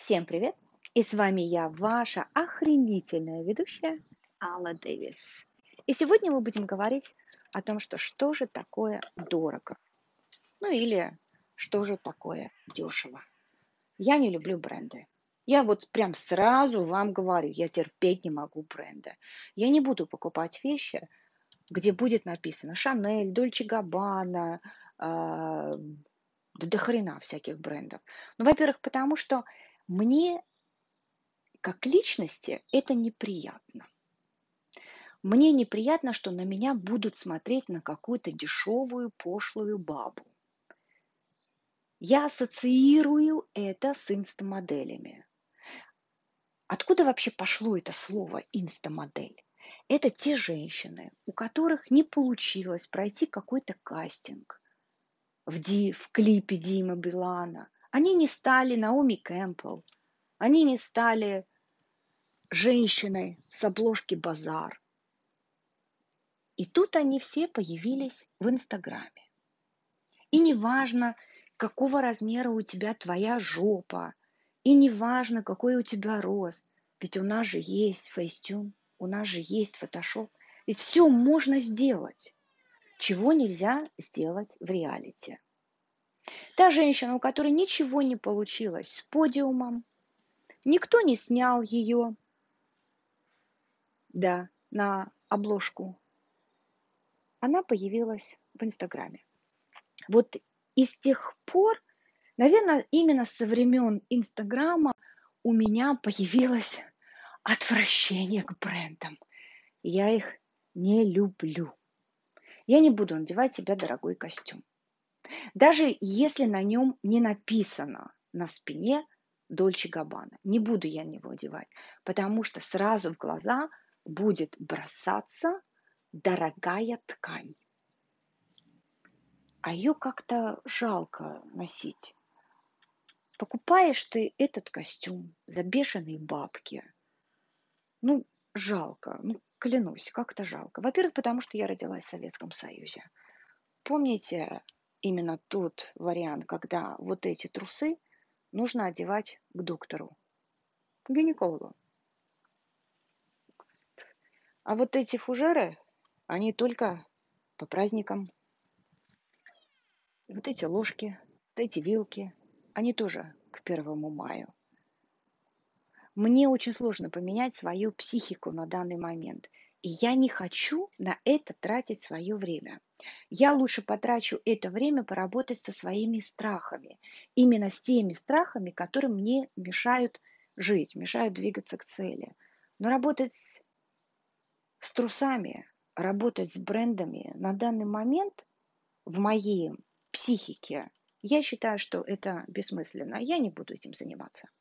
Всем привет! И с вами я, ваша охренительная ведущая Алла Дэвис. И сегодня мы будем говорить о том, что же такое дорого. Ну или что же такое дешево. Я не люблю бренды. Я вот прям сразу вам говорю, я терпеть не могу бренды. Я не буду покупать вещи, где будет написано Шанель, Дольче Габбана, да до хрена всяких брендов. Ну, во-первых, потому что мне как личности это неприятно. Мне неприятно, что на меня будут смотреть на какую-то дешевую, пошлую бабу. Я ассоциирую это с инстамоделями. Откуда вообще пошло это слово инстамодель? Это те женщины, у которых не получилось пройти какой-то кастинг в клипе Димы Билана. Они не стали Наоми Кэмпбелл, они не стали женщиной с обложки «Базар». И тут они все появились в Инстаграме. И не важно, какого размера у тебя твоя жопа, и не важно, какой у тебя рост, ведь у нас же есть фейстюн, у нас же есть фотошоп, ведь все можно сделать, чего нельзя сделать в реалити. Та женщина, у которой ничего не получилось с подиумом, никто не снял ее, да, на обложку, она появилась в Инстаграме. Вот и с тех пор, наверное, именно со времен Инстаграма у меня появилось отвращение к брендам. Я их не люблю. Я не буду надевать себе дорогой костюм. Даже если на нем не написано на спине Дольче Габбана. Не буду я его одевать, потому что сразу в глаза будет бросаться дорогая ткань. А ее как-то жалко носить. Покупаешь ты этот костюм за бешеные бабки. Ну, жалко. Ну, клянусь, как-то жалко. Во-первых, потому что я родилась в Советском Союзе. Помните именно тот вариант, когда вот эти трусы нужно одевать к доктору, к гинекологу. А вот эти фужеры, они только по праздникам. И вот эти ложки, вот эти вилки, они тоже к 1 мая. Мне очень сложно поменять свою психику на данный момент. И я не хочу на это тратить свое время. Я лучше потрачу это время поработать со своими страхами. Именно с теми страхами, которые мне мешают жить, мешают двигаться к цели. Но работать с трусами, работать с брендами на данный момент в моей психике, я считаю, что это бессмысленно. Я не буду этим заниматься.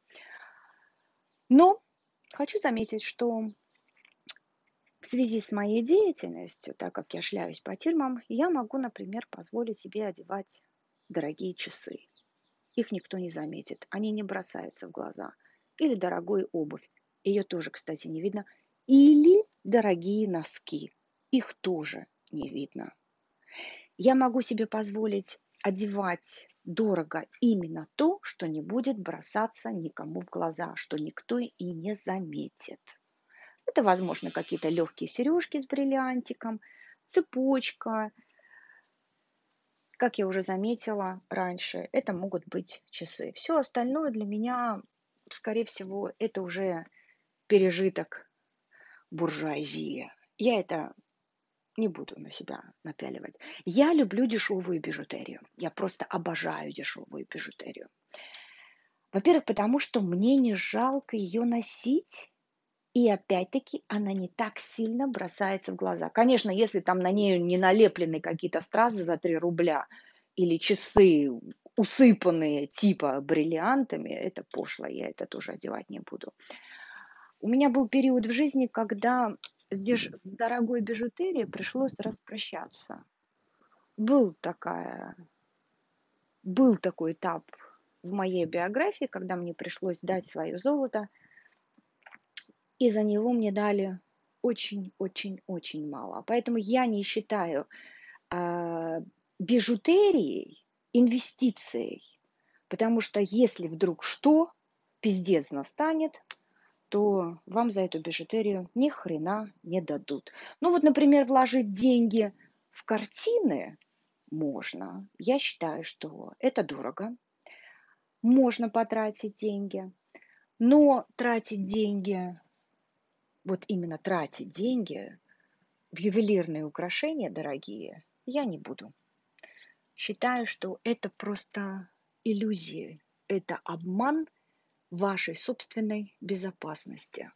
Но хочу заметить, что в связи с моей деятельностью, так как я шляюсь по тюрьмам, я могу, например, позволить себе одевать дорогие часы. Их никто не заметит, они не бросаются в глаза. Или дорогую обувь, ее тоже, кстати, не видно. Или дорогие носки, их тоже не видно. Я могу себе позволить одевать дорого именно то, что не будет бросаться никому в глаза, что никто и не заметит. Это, возможно, какие-то легкие сережки с бриллиантиком, цепочка. Как я уже заметила раньше, это могут быть часы. Все остальное для меня, скорее всего, это уже пережиток буржуазии. Я это не буду на себя напяливать. Я люблю дешевую бижутерию. Я просто обожаю дешевую бижутерию. Во-первых, потому что мне не жалко ее носить. И опять-таки она не так сильно бросается в глаза. Конечно, если там на ней не налеплены какие-то стразы за 3 рубля или часы, усыпанные типа бриллиантами, это пошло, я это тоже одевать не буду. У меня был период в жизни, когда с дорогой бижутерией пришлось распрощаться. Был такой этап в моей биографии, когда мне пришлось сдать свое золото, и за него мне дали очень-очень-очень мало. Поэтому я не считаю бижутерией инвестицией, потому что если вдруг что, пиздец настанет, то вам за эту бижутерию ни хрена не дадут. Ну вот, например, вложить деньги в картины можно. Я считаю, что это дорого. Можно потратить деньги, но тратить деньги, вот именно тратить деньги в ювелирные украшения дорогие я не буду. Считаю, что это просто иллюзии, это обман вашей собственной безопасности.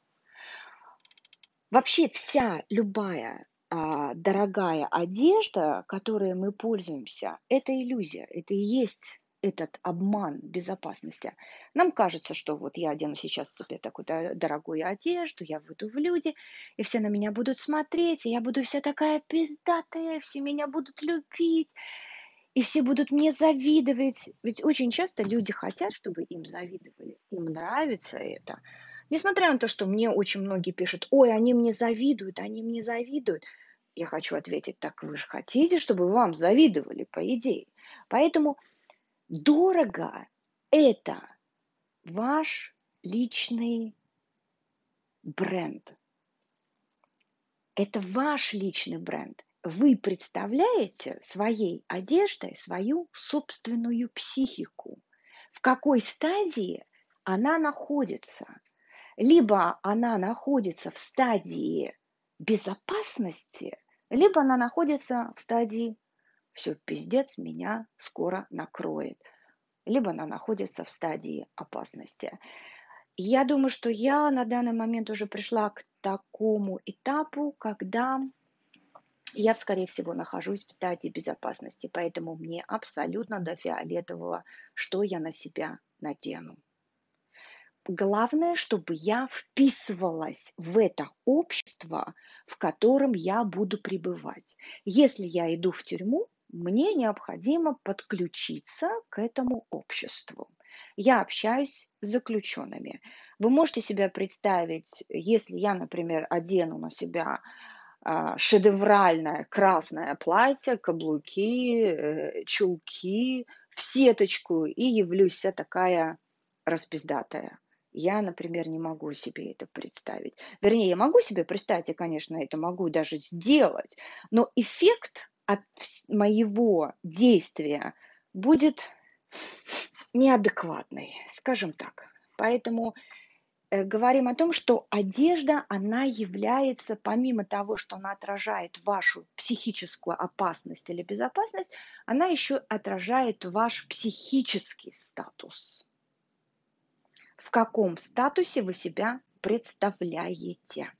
Вообще вся любая дорогая одежда, которой мы пользуемся, это иллюзия, это и есть этот обман безопасности. Нам кажется, что вот я одену сейчас себе такую дорогую одежду, я выйду в люди, и все на меня будут смотреть, и я буду вся такая пиздатая, все меня будут любить, и все будут мне завидовать. Ведь очень часто люди хотят, чтобы им завидовали. Им нравится это. Несмотря на то, что мне очень многие пишут: ой, они мне завидуют, они мне завидуют. Я хочу ответить: так вы же хотите, чтобы вам завидовали, по идее. Поэтому дорого – это ваш личный бренд. Это ваш личный бренд. Вы представляете своей одеждой свою собственную психику. В какой стадии она находится? Либо она находится в стадии безопасности, либо она находится в стадии «все, пиздец, меня скоро накроет», либо она находится в стадии опасности. Я думаю, что я на данный момент уже пришла к такому этапу, когда я, скорее всего, нахожусь в стадии безопасности, поэтому мне абсолютно до фиолетового, что я на себя надену. Главное, чтобы я вписывалась в это общество, в котором я буду пребывать. Если я иду в тюрьму, мне необходимо подключиться к этому обществу. Я общаюсь с заключенными. Вы можете себе представить, если я, например, одену на себя шедевральное красное платье, каблуки, чулки, в сеточку и явлюсь вся такая распиздатая. Я, например, не могу себе это представить. Вернее, я могу себе представить, я, конечно, это могу даже сделать, но эффект от моего действия будет неадекватный, скажем так. Поэтому говорим о том, что одежда, она является, помимо того, что она отражает вашу психическую опасность или безопасность, она еще отражает ваш психический статус. В каком статусе вы себя представляете?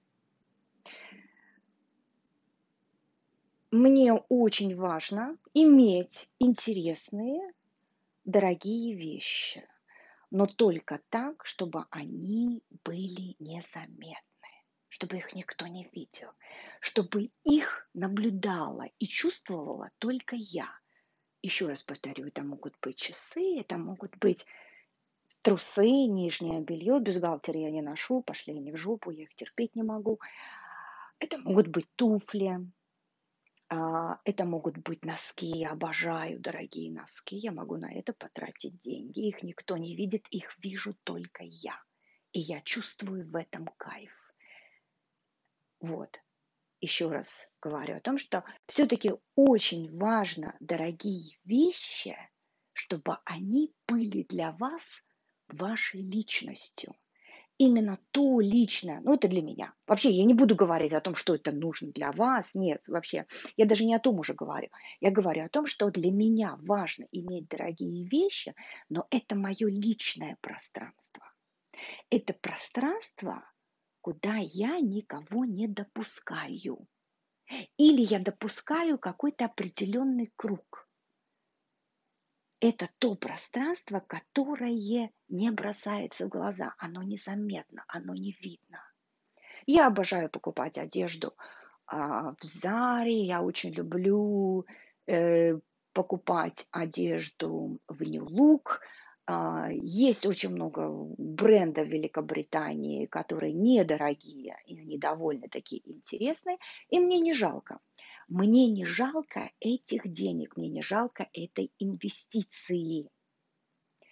Мне очень важно иметь интересные, дорогие вещи, но только так, чтобы они были незаметны, чтобы их никто не видел, чтобы их наблюдала и чувствовала только я. Еще раз повторю, это могут быть часы, это могут быть трусы, нижнее белье, бюстгальтер я не ношу, пошли они в жопу, я их терпеть не могу. Это могут быть туфли, это могут быть носки, я обожаю дорогие носки, я могу на это потратить деньги, их никто не видит, их вижу только я, и я чувствую в этом кайф. Вот, еще раз говорю о том, что все-таки очень важно дорогие вещи, чтобы они были для вас вашей личностью. Именно то личное, ну это для меня. Вообще я не буду говорить о том, что это нужно для вас, нет, вообще. Я даже не о том уже говорю. Я говорю о том, что для меня важно иметь дорогие вещи, но это мое личное пространство. Это пространство, куда я никого не допускаю. Или я допускаю какой-то определенный круг. Это то пространство, которое не бросается в глаза, оно незаметно, оно не видно. Я обожаю покупать одежду в Заре, я очень люблю покупать одежду в New Look. Есть очень много брендов Великобритании, которые недорогие, и они довольно-таки интересные, и мне не жалко. Мне не жалко этих денег, мне не жалко этой инвестиции.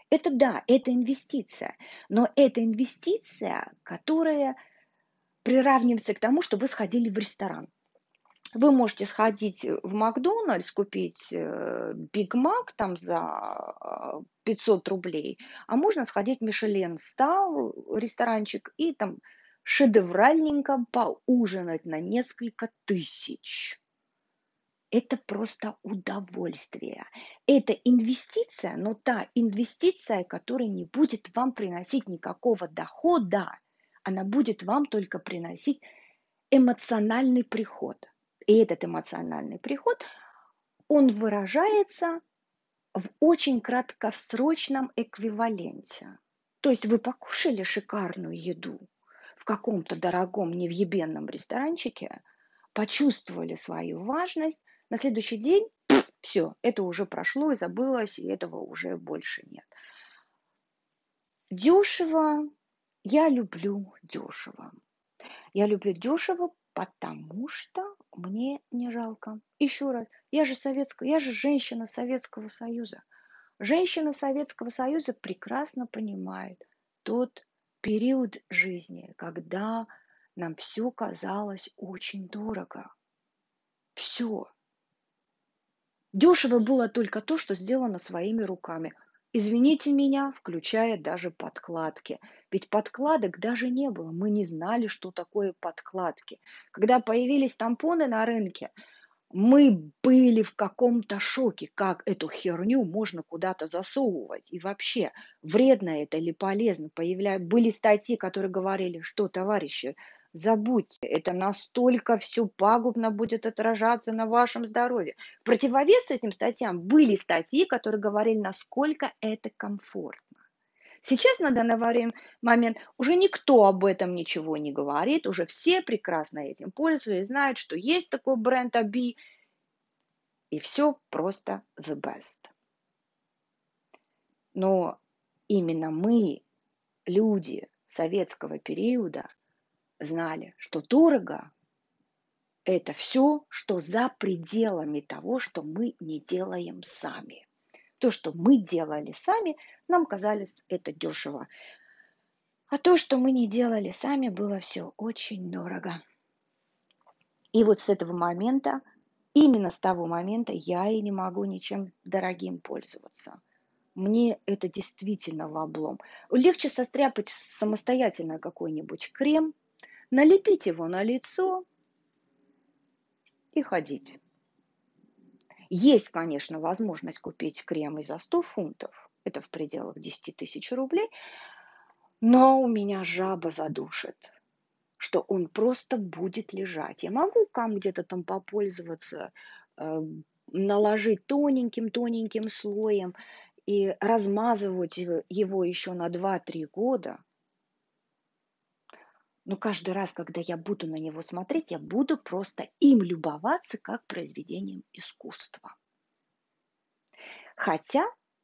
Это да, это инвестиция, но это инвестиция, которая приравнивается к тому, что вы сходили в ресторан. Вы можете сходить в Макдональдс, купить Биг Мак там за 500 рублей, а можно сходить в Мишелен Стар ресторанчик и там шедевральненько поужинать на несколько тысяч. Это просто удовольствие. Это инвестиция, но та инвестиция, которая не будет вам приносить никакого дохода, она будет вам только приносить эмоциональный приход. И этот эмоциональный приход, он выражается в очень краткосрочном эквиваленте. То есть вы покушали шикарную еду в каком-то дорогом невъебенном ресторанчике, почувствовали свою важность, на следующий день все, это уже прошло и забылось, и этого уже больше нет. Дешево, я люблю дешево. Я люблю дешево, потому что мне не жалко. Еще раз, я же женщина Советского Союза. Женщина Советского Союза прекрасно понимает тот период жизни, когда нам все казалось очень дорого. Все. Дешево было только то, что сделано своими руками. Извините меня, включая даже подкладки. Ведь подкладок даже не было. Мы не знали, что такое подкладки. Когда появились тампоны на рынке, мы были в каком-то шоке, как эту херню можно куда-то засовывать. И вообще, вредно это или полезно. Были статьи, которые говорили, что, товарищи, забудьте, это настолько все пагубно будет отражаться на вашем здоровье. В противовес этим статьям были статьи, которые говорили, насколько это комфортно. Сейчас на данный момент уже никто об этом ничего не говорит, уже все прекрасно этим пользуются и знают, что есть такой бренд Аби, и все просто the best. Но именно мы, люди советского периода, знали, что дорого – это все, что за пределами того, что мы не делаем сами. То, что мы делали сами, нам казалось это дешево. А то, что мы не делали сами, было все очень дорого. И вот с этого момента, именно с того момента я и не могу ничем дорогим пользоваться. Мне это действительно в облом. Легче состряпать самостоятельно какой-нибудь крем, налепить его на лицо и ходить. Есть, конечно, возможность купить крем и за 100 фунтов, это в пределах 10 тысяч рублей, но у меня жаба задушит, что он просто будет лежать. Я могу где-то там попользоваться, наложить тоненьким слоем и размазывать его еще на 2-3 года. Но каждый раз, когда я буду на него смотреть, я буду просто им любоваться как произведением искусства. Хотя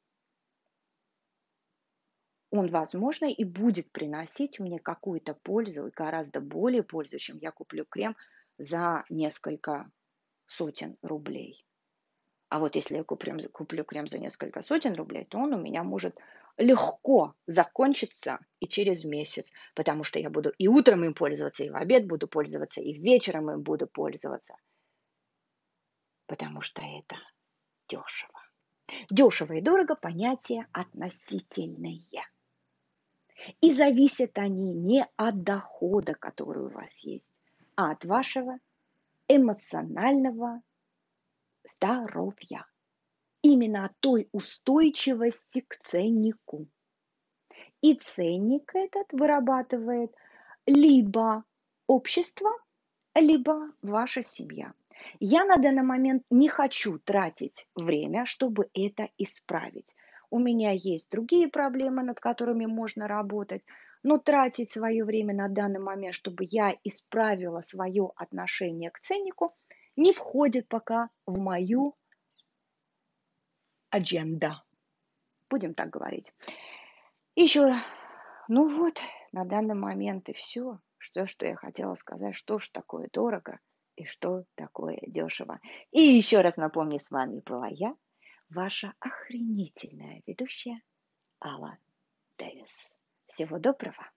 он, возможно, и будет приносить мне какую-то пользу, и гораздо более пользу, чем я куплю крем за несколько сотен рублей. А вот если я куплю крем за несколько сотен рублей, то он у меня может легко закончиться и через месяц, потому что я буду и утром им пользоваться, и в обед буду пользоваться, и вечером им буду пользоваться, потому что это дешево. Дешево и дорого – понятия относительные. И зависят они не от дохода, который у вас есть, а от вашего эмоционального здоровья. Именно от той устойчивости к ценнику. И ценник этот вырабатывает либо общество, либо ваша семья. Я на данный момент не хочу тратить время, чтобы это исправить. У меня есть другие проблемы, над которыми можно работать, но тратить свое время на данный момент, чтобы я исправила свое отношение к ценнику, не входит пока в мою адженду. Будем так говорить. Еще, ну вот, на данный момент и все. Что я хотела сказать, что ж такое дорого и что такое дешево. И еще раз напомню, с вами была я, ваша охренительная ведущая Алла Дэвис. Всего доброго.